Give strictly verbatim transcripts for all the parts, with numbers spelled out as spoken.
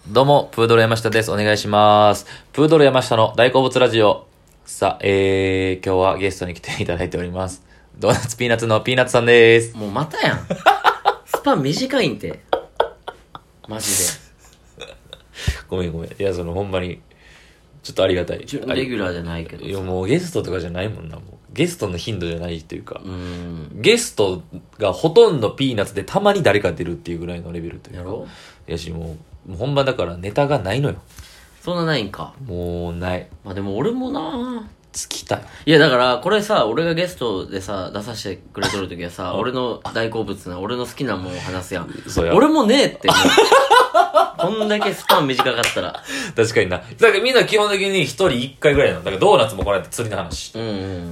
どうも、プードル山下です。お願いします。プードル山下の大好物ラジオ。さあ、えー、今日はゲストに来ていただいております。ドーナツピーナッツのピーナッツさんです。 もうまたやん。スパン短いんて。マジで。 ごめんごめん。いや、その、ほんまに、ちょっとありがたい。 準レギュラーじゃないけど。 いや、もうゲストとかじゃないもんな、もう。ゲストの頻度じゃないっていうか。 うーん。 ゲストがほとんどピーナッツでたまに誰か出るっていうぐらいのレベルというか。 やろやし、もう、もうほんまだからネタがないのよ。 そんなないんか。 もう、ない。 まあでも俺もな尽きたよ。 いやだからこれさ、俺がゲストでさ、出させてくれとる時はさ、俺の大好物な、俺の好きなもんを話すやん。 そうや。 俺もねえってもう。こんだけスパン短かったら。 確かにな。だからみんな基本的に一人一回ぐらいなの。だからドーナツもこれって釣りの話。 うんうん。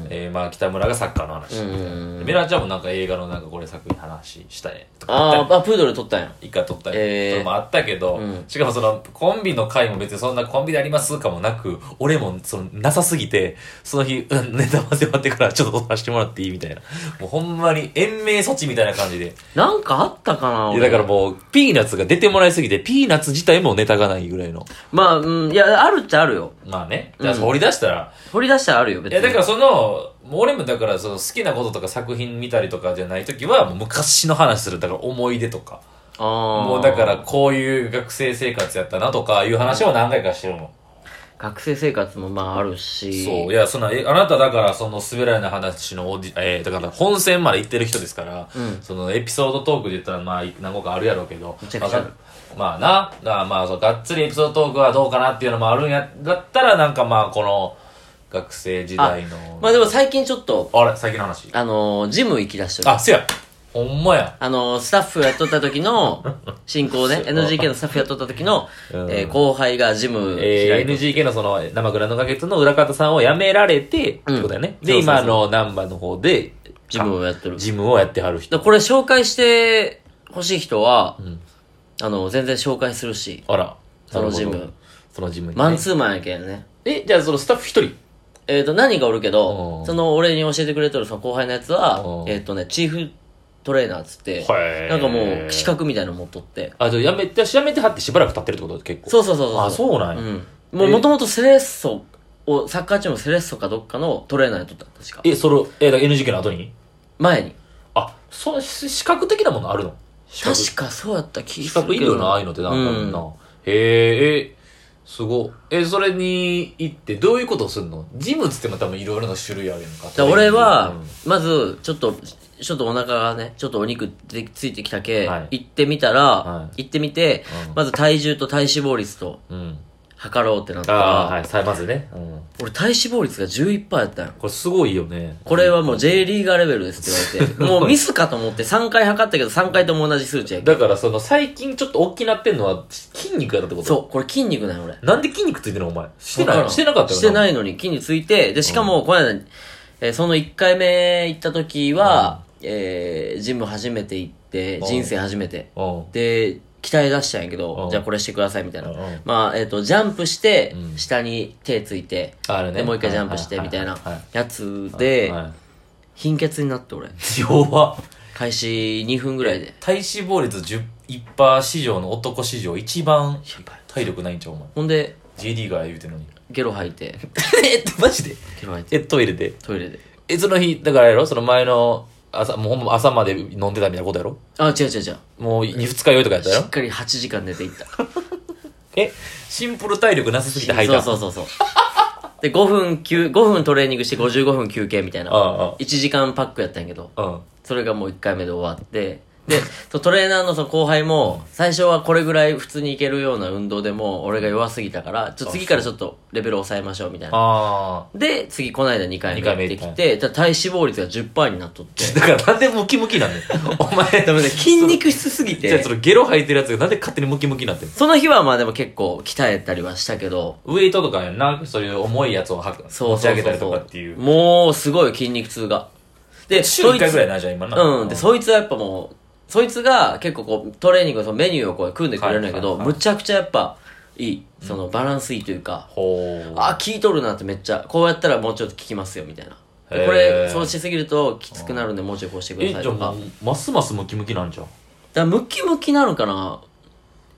えー、まあ北村がサッカーの話。 うんうんうんみたいな。メラちゃんもなんか映画のなんかこれ作品話したいとかああったーあ、プードル撮ったんや。 一回撮ったりえーとかもあったけど、 うんしかもそのコンビの回も別にそんなコンビでありますかもなく、俺もそのなさすぎて、その日、うん、ネタ合わせ終わってからちょっと撮らせてもらっていいみたいな。もうほんまに延命措置みたいな感じで。 なんかあったかないやだからもう、ピーナッツが出てもらいすぎて、ピーナッツ自体もネタがないぐらいの。 まあ、うん、いや、あるっちゃあるよ。 まあね。じゃあ掘り出したら、 掘り出したらあるよ、別に。 いやだからその、もう俺もだからその好きなこととか作品見たりとかじゃないときは、もう昔の話する。だから思い出とか。 あーもうだからこういう学生生活やったなとかいう話を何回かしてるの。 学生生活もまああるし。 そう。いや、そんな、え、あなただからその滑らない話のオーディ、えー、だから本戦まで行ってる人ですから、 うんそのエピソードトークで言ったらまあ何個かあるやろうけど、 めちゃくちゃあるまあな、だからまあそう、がっつりエピソードトークはどうかなっていうのもあるんや、だったらなんかまあこの、学生時代の。 まあでも最近ちょっと、 あれ最近の話。 あのー、ジム行き出してる。 あ、せや。ほんまや。 あのー、スタッフやっとった時の、進行ね、エヌジーケー のスタッフやっとった時の、 うんえー後輩がジムえー、 開いて、 エヌジーケー のその、生倉の花月の裏方さんを辞められて、ってことだよね。で、 そうそうそう今のナンバーの方で、 ジムをやってる。 ジムをやってはる人。 だこれ紹介して欲しい人は、 んあの、全然紹介するし、 あら。 そのジムなるほど。そのジムにね、 マンツーマンやけんね。 え、じゃあそのスタッフ一人えっ、と、何人かおるけうど、 んその俺に教えてくれとるその後輩のやつはう、んえっ、とね、チーフトレーナーっつって、 へーなんかもう資格みたいなの持っとって。 あ、じゃあやめ、じゃあやめてはってしばらく経ってるってこと結構。 そうそうそうそう。 あ、そうなんや。 うん。もう元々セレッソを、サッカーチームセレッソかどっかのトレーナーやっとった。確か。 え、それ、え、だから エヌジーケー の後に前に。 あ、そのし資格的なものあるの資格確かそうやった気資するけど格いるよな、ああいうのってなんかうんな。へえ、え、すご。え、それに行ってどういうことをするのジムっつっても多分いろいろな種類あるやんか。 だから俺は、 うんまず、ちょっと、ちょっとお腹がね、ちょっとお肉でついてきたけ、 はい行ってみたら、 はい行ってみて、 うんまず体重と体脂肪率とうん。 測ろうってなったあら、 あ、はい、さまずね。うん。 俺体脂肪率が じゅういちパーセント やったんよ。 これすごいよね。 これはもう J リーガーレベルですって言われて、もうミスかと思ってさんかい測ったけどさんかいとも同じ数値やけだからその最近ちょっと大きなってんのは筋肉やったってことそう、これ筋肉なんよ俺。 なんで筋肉ついてるのお前。してない。 わからんしてなかったよな。 してないのに筋について、で、しかも、この間、えーそのいっかいめ行った時は、えージム初めて行って、 うん人生初めて。 うん。 で、鍛え出したんやけど、 うんじゃあこれしてくださいみたいな。 うんうんまあ、えっ、と、ジャンプしてう、ん下に手ついて、 あれね。 で、もう一回ジャンプして、みたいなはいはいやつで、 はい貧血になって俺。 弱っ。 開始にふんぐらいで。 体脂肪率じゅういちパーセント史上の男史上一番体力ないんちゃうお前。 ほんで、 J リーガー言うてんのに。 ゲロ吐いて、 え、マジでゲロ吐いて、 え、トイレで。 トイレで。 え、その日、だからやろその前の朝、もうほんま朝まで飲んでたみたいなことやろあ、違う違う違う。 もうに二日酔いとかやったやろしっかりはちじかん寝ていった。 え、シンプル体力なさすぎて吐いた。 そうそうそうそう。で、ごふん休、ごふんトレーニングしてごじゅうごふん休憩みたいな。 ああいちじかんパックやったんやけど、 うん。 それがもういっかいめで終わって、で、そうトレーナーのその後輩も、最初はこれぐらい普通にいけるような運動でも、俺が弱すぎたから、ちょっと次からちょっとレベル抑えましょうみたいな。 あで、次この間にかいめ二回目やってきて、ただ体脂肪率が じゅっパーセント になっとって。 あ。だからなんでムキムキなんだよ。お前。 でもね、筋肉質すぎてじゃあそ、のゲロ吐いてるやつがなんで勝手にムキムキになってんのその日はまあでも結構鍛えたりはしたけど、 ウエイトとかやんな。そういう重いやつを吐く。 そう持ちそうそうそう上げたりとかっていう。 もうすごい筋肉痛が。で、 週いっかいぐらいな、じゃあ今な。 うん。で、そいつはやっぱもう、そいつが結構こう、トレーニングのそのメニューをこう組んでくれるんだけど、 はいはいはいむちゃくちゃやっぱ、いい。そのバランスいいというか、 ほう。 あ、効いとるなってめっちゃ、こうやったらもうちょっと効きますよ、みたいな。でへーこれ、そうしすぎるときつくなるんで、もうちょいこうしてくだえ、 さいとか。 じゃあもう、ますますムキムキなんじゃん。 だからムキムキなのかな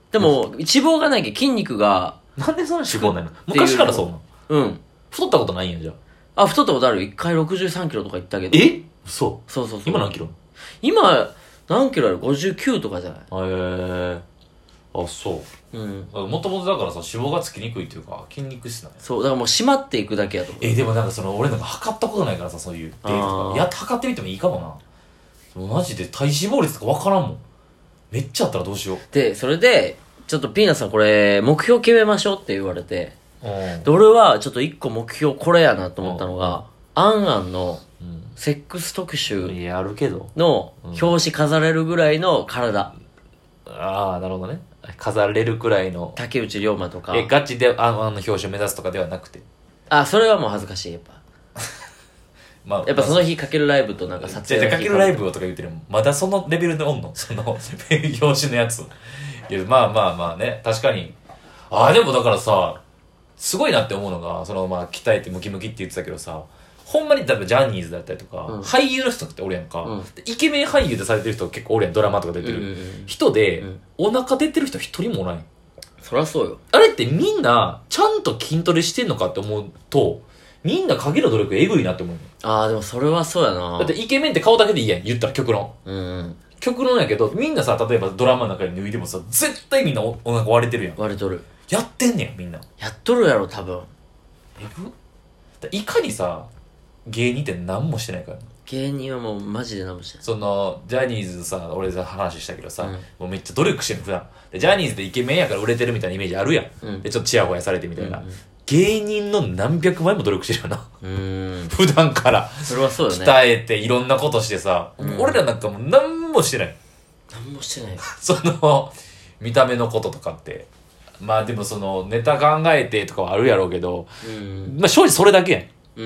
でも、脂肪がないけど筋肉が、 なんでそんな脂肪ないの？昔からそうなの？ うん。 太ったことないんや、じゃあ。あ、太ったことあるよ。一回ろくじゅうさんキロとか行ったけど。 え？そう。 そうそうそう。 今何キロ？ 今、何キロある？ ごじゅうきゅう とかじゃない？ へえ。あ、そう。うん。もともとだからさ、脂肪がつきにくいっていうか、筋肉質なんや。 そう、だからもう締まっていくだけやと思う。 え、でもなんかその、俺なんか測ったことないからさ、そういうデータとか。やって測ってみてもいいかもな。マジで体脂肪率とかわからんもん。めっちゃあったらどうしよう。 で、それで、ちょっとピーナッツさんこれ、目標決めましょうって言われて、 うん。 で、俺はちょっと一個目標これやなと思ったのが、アンアンの、セックス特集いや、あるけど。 の表紙飾れるぐらいの体。 ああ、なるほどね。飾れるくらいの。 竹内涼真とか。 え、ガチであの表紙を目指すとかではなくて。 あ、それはもう恥ずかしい、やっぱ。 まあ、 やっぱその日かけるライブとなんか撮影じゃかけるライブとか言ってるもん。まだそのレベルでおんのその、表紙のやつ。いや、まあまあまあね、確かに。ああ、でもだからさ、すごいなって思うのが、そのまあ、鍛えてムキムキって言ってたけどさ、ほんまに例えばジャニーズだったりとか、うん、俳優の人っておるやんか、うん、イケメン俳優でされてる人結構おるやん、ドラマとか出てる、うんうんうん、人で、うん、お腹出てる人一人もおらん。 そりゃそうよ。 あれってみんなちゃんと筋トレしてんのかって思うと、みんな影の努力エグいなって思う。 ああ、でもそれはそうやな。 だってイケメンって顔だけでいいやん、言ったら極論。 うん、うん、 極論やけど、みんなさ、例えばドラマの中に脱いでもさ、絶対みんな お, お腹割れてるやん。 割れとる。 やってんねん、みんな。 やっとるやろ、多分。 えぐいかにさ、芸人って何もしてないから。 芸人はもうマジで何もしてない。 その、ジャニーズさ、俺さ話したけどさ、うん、もうめっちゃ努力してる普段。で、ジャニーズでイケメンやから売れてるみたいなイメージあるやん。うん、で、ちょっとチヤホヤされてみたいな。うんうん、芸人の何百倍も努力してるよな。 うーん。 普段から。 それはそうよね。 鍛えていろんなことしてさ、うん、俺らなんかもう何もしてない。 何もしてない。 その、見た目のこととかって。まあでもその、ネタ考えてとかはあるやろうけど、うん、まあ正直それだけやん。 うん、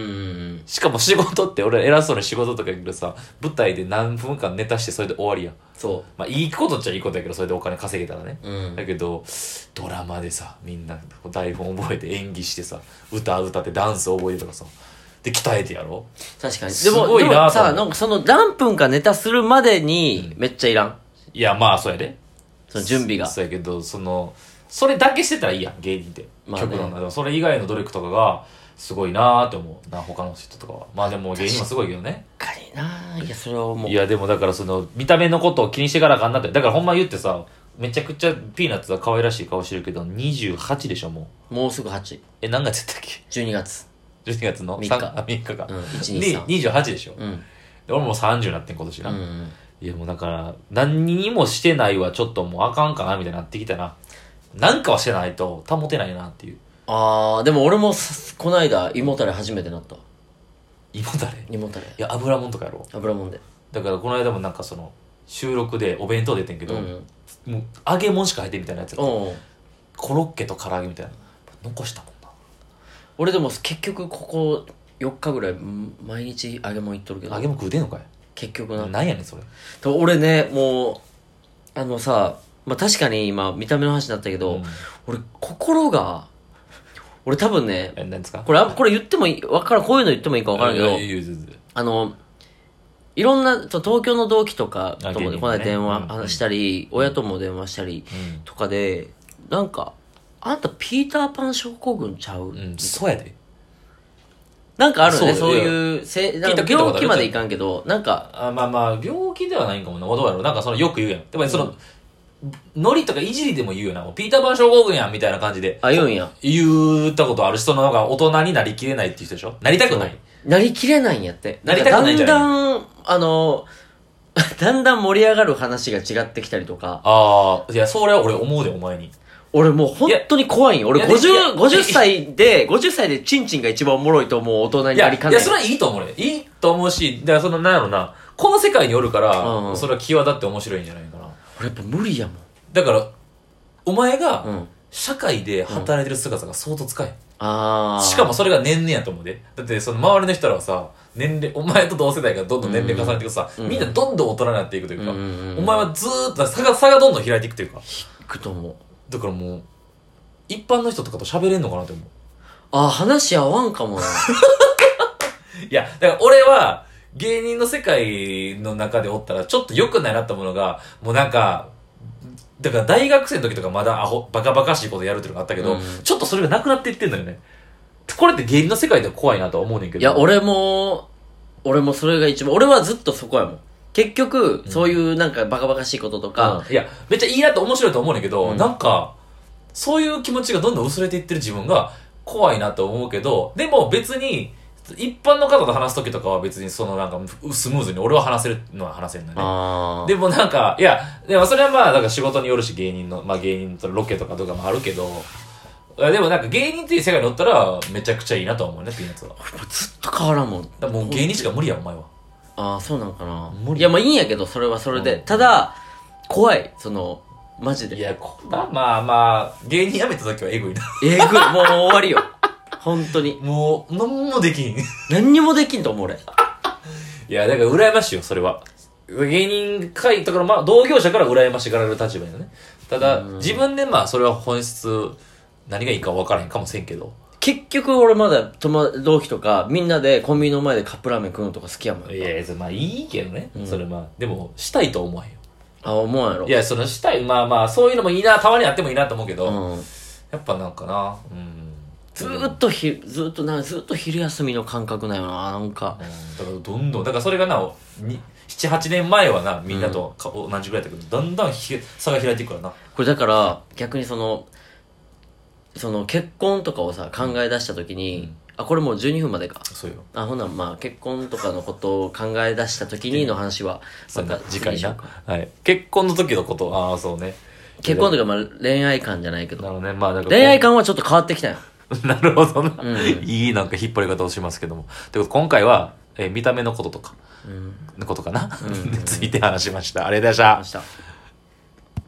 しかも仕事って俺偉そうな仕事とか言うけどさ、舞台で何分間ネタしてそれで終わりやん。 そう。 まあいいことっちゃいいことやけど、それでお金稼げたらね。 うん、 だけど、ドラマでさ、みんな台本覚えて演技してさ、歌歌ってダンス覚えてとかさ、で鍛えてやろ。 確かに。 すごいなぁ。でもさ、なんかその何分かネタするまでにめっちゃいらん。うん、 いや、まあそうやで。 その準備が。 そうやけど、その、それだけしてたらいいやん、芸人って。まあね、極論な。でもそれ以外の努力とかが、すごいなーって思うな、他の人とかは。まあでも芸人もすごいけどね。 確かになー。いや、それは思う。 いや、でもだからその、見た目のことを気にしてからあかんなって。だからほんま言ってさ、めちゃくちゃピーナッツは可愛らしい顔してるけど、にじゅうはちでしょ、もう。もうすぐはち。 え、何月やったっけ ?じゅうに月。 じゅうにがつのみっか。 あ、みっかか。 うん、いち、に、さん。 にじゅうはちでしょ。 うん。 で、俺もうさんじゅうになってん、今年な。 うん、うん。 いや、もうだから、何にもしてないはちょっともうあかんかな、みたいになってきたな。なんかはしてないと保てないなっていう。 あー、でも俺もこの間胃もたれ初めてなった。 胃もたれ胃もたれ。 いや、油もんとかやろ。 油もんで。 だからこの間もなんかその、収録でお弁当出てんけど、うん、もう揚げ物しか入ってみたいなやつやった。コロッケと唐揚げみたいな。残したもんな。 俺でも結局ここよっかぐらい毎日揚げ物いっとるけど。 揚げ物食うてんのかい結局な。 なんやねんそれ。 と俺ね、もう、あのさ、まあ、確かに今見た目の話になったけど、うん、俺心が、俺多分ね、 え、何ですかこれ、これ言ってもいい、わからん、こういうの言ってもいいかわからんけど、あの、いろんな、東京の同期とかとも、ね、この間電話したり、うん、親とも電話したりとかで、うん、なんか、あんたピーターパン症候群ちゃう、 うん、そうやで。 なんかあるよね、そういう、せなんか病気までいかんけど、なんか。 あまあまあ、病気ではないんかもな、どうやろう。なんかその、よく言うやん。でもその、うんノリとかいじりでも言うよな。ピーターパン症候群やんみたいな感じで。 あ、言うんや。 言ったことある人の方が大人になりきれないっていう人でしょなりたくない。 なりきれないんやって。 なりたくないんじゃない。 だんだん、あの、だんだん盛り上がる話が違ってきたりとか。 ああ、いや、それは俺思うで、お前に。 俺もう本当に怖いんよ。俺ごじゅう、ごじゅっさいで、ごじゅっさいでチンチンが一番おもろいと思う大人になりかねない。 いや、それはいいと思うね。いいと思うし、だからその、なんやろな、この世界におるから、うんうん、それは際立って面白いんじゃないかな。 俺やっぱ無理やもん。 だから、お前が、社会で働いてる姿が相当使え。うん、 あしかもそれが年々やと思うで。だって、その周りの人らはさ、年齢、お前と同世代がどんどん年齢重ねていくさ、うん、みんなどんどん大人になっていくというか、うんうんうん、お前はずーっと差が、差がどんどん開いていくというか。 引くと思う。 だからもう、一般の人とかと喋れんのかなって思う。 ああ、話合わんかもな。いや、だから俺は、芸人の世界の中でおったら、ちょっと良くないなったものが、もうなんか、 だから大学生の時とかまだアホ、バカバカしいことやるっていうのがあったけど、うん、ちょっとそれがなくなっていってんだよね。これって芸人の世界では怖いなとは思うねんけど。 いや、俺も、俺もそれが一番、俺はずっとそこやもん。結局、うん、そういうなんかバカバカしいこととか、 うん、いや、めっちゃいいなと面白いと思うねんけど、うん、なんか、そういう気持ちがどんどん薄れていってる自分が怖いなと思うけど、でも別に、一般の方と話すときとかは別にそのなんかスムーズに俺は話せるのは話せるんだね。でもなんか、いや、でもそれはまあなんか仕事によるし芸人の、まあ芸人とロケとかとかもあるけど、でもなんか芸人っていう世界におったらめちゃくちゃいいなと思うね、ピーナッツは。 ずっと変わらんもん。 だもう芸人しか無理やん、お前は。 ああ、そうなのかな。無理。いやまあいいんやけど、それはそれで。うん、ただ、怖い、その、マジで。 いや、まあまあまあ、芸人辞めた時はエグいな。 エグい、もう終わりよ。本当に。 もう、何もできん。 何にもできんと思う俺。 いや、だから羨ましいよ、それは。芸人界、だからまあ、同業者から羨ましがられる立場やね。ただ、自分でまあ、それは本質、何がいいか分からへんかもせんけど。 結局俺まだ友同期とか、みんなでコンビニの前でカップラーメン食うのとか好きやもん。 いやいや、まあいいけどね。うん、それまあ、でも、したいと思わへんよ。 あ、思わんやろ。 いや、そのしたい、まあまあ、そういうのもいいな、たまにあってもいいなと思うけど、うん、やっぱなんかな、うん。 ずーっとひ、ずーっとな、ずーっと昼休みの感覚だよな、なんか。 うん、だからどんどん、だからそれがな、なな、はちねんまえはな、みんなとか、うん、同じぐらいだけど、だんだんひ差が開いていくからな。 これだから、逆にその、その結婚とかをさ、考え出した時に、うん、あ、これもうじゅうにふんまでか。 そうよ。 あ、ほな、まあ、結婚とかのことを考え出した時にの話は、 なんか次回な。はい。結婚の時のこと、ああ、そうね。 結婚とか、まあ、恋愛観じゃないけど。 なるほどね。まあ、なんか恋愛観はちょっと変わってきたよ。 なるほどな、 うん。 いいなんか引っ張り方をしますけども。ということ今回は、えー、見た目のこととか、うん、のことかな、うん、について話しました。ありがとうございました。